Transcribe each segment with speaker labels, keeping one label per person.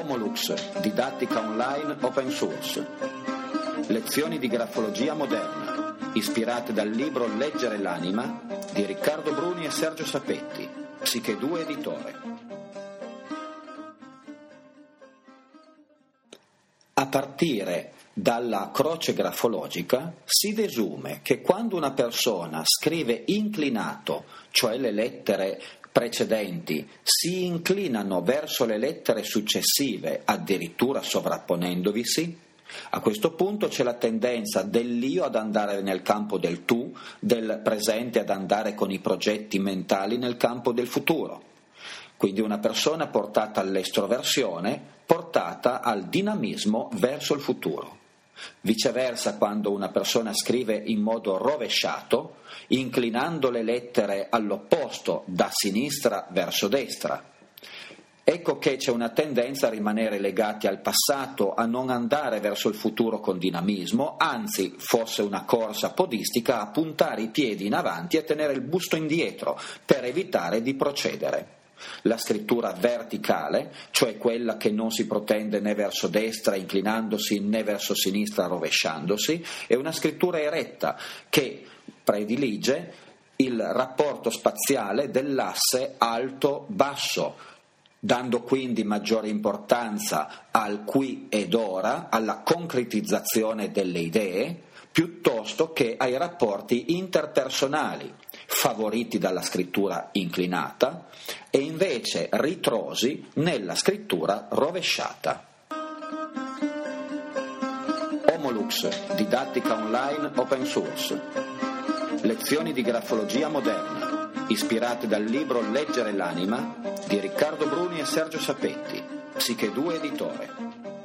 Speaker 1: Homolux, didattica online open source. Lezioni di grafologia moderna, ispirate dal libro Leggere l'anima di Riccardo Bruni e Sergio Sapetti, Psiche 2 editore. A partire dalla croce grafologica si desume che quando una persona scrive inclinato, cioè le lettere precedenti si inclinano verso le lettere successive, addirittura sovrapponendovisi, a questo punto c'è la tendenza dell'io ad andare nel campo del tu, del presente ad andare con i progetti mentali nel campo del futuro. Quindi una persona portata all'estroversione, portata al dinamismo verso il futuro. Viceversa, quando una persona scrive in modo rovesciato, inclinando le lettere all'opposto, da sinistra verso destra, ecco che c'è una tendenza a rimanere legati al passato, a non andare verso il futuro con dinamismo, anzi, forse una corsa podistica, a puntare i piedi in avanti e tenere il busto indietro per evitare di procedere. La scrittura verticale, cioè quella che non si protende né verso destra inclinandosi né verso sinistra rovesciandosi, è una scrittura eretta che predilige il rapporto spaziale dell'asse alto-basso, dando quindi maggiore importanza al qui ed ora, alla concretizzazione delle idee, piuttosto che ai rapporti interpersonali, favoriti dalla scrittura inclinata e invece ritrosi nella scrittura rovesciata. Homolux, didattica online open source. Lezioni di grafologia moderna, ispirate dal libro Leggere l'anima di Riccardo Bruni e Sergio Sapetti, Psiche 2 editore.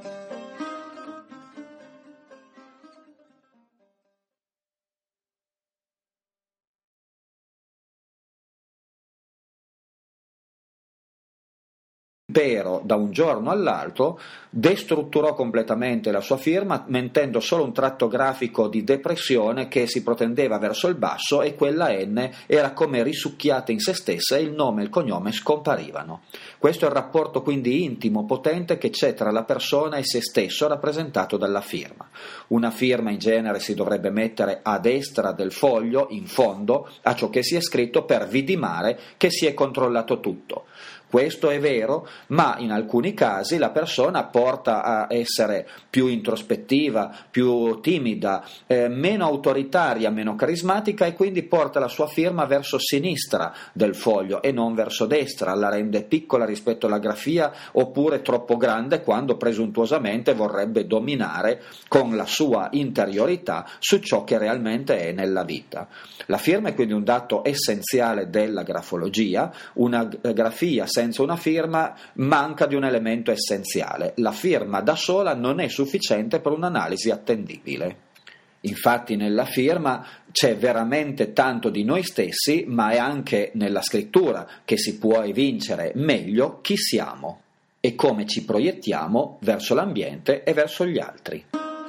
Speaker 1: Pero da un giorno all'altro destrutturò completamente la sua firma, mettendo solo un tratto grafico di depressione che si protendeva verso il basso, e quella N era come risucchiata in se stessa e il nome e il cognome scomparivano. Questo è il rapporto quindi intimo, potente che c'è tra la persona e se stesso, rappresentato dalla firma. Una firma in genere si dovrebbe mettere a destra del foglio, in fondo a ciò che si è scritto, per vidimare che si è controllato tutto. Questo è vero, ma in alcuni casi la persona porta a essere più introspettiva, più timida, meno autoritaria, meno carismatica, e quindi porta la sua firma verso sinistra del foglio e non verso destra, la rende piccola rispetto alla grafia oppure troppo grande quando presuntuosamente vorrebbe dominare con la sua interiorità su ciò che realmente è nella vita. La firma è quindi un dato essenziale della grafologia. Una grafia senza una firma manca di un elemento essenziale. La firma da sola non è sufficiente per un'analisi attendibile. Infatti nella firma c'è veramente tanto di noi stessi, ma è anche nella scrittura che si può evincere meglio chi siamo e come ci proiettiamo verso l'ambiente e verso gli altri.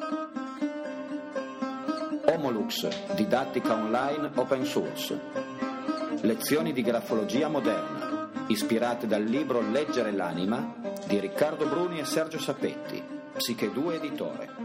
Speaker 1: Homolux, didattica online open source. Lezioni di grafologia moderna, ispirate dal libro Leggere l'anima di Riccardo Bruni e Sergio Sapetti, Psiche 2 editore.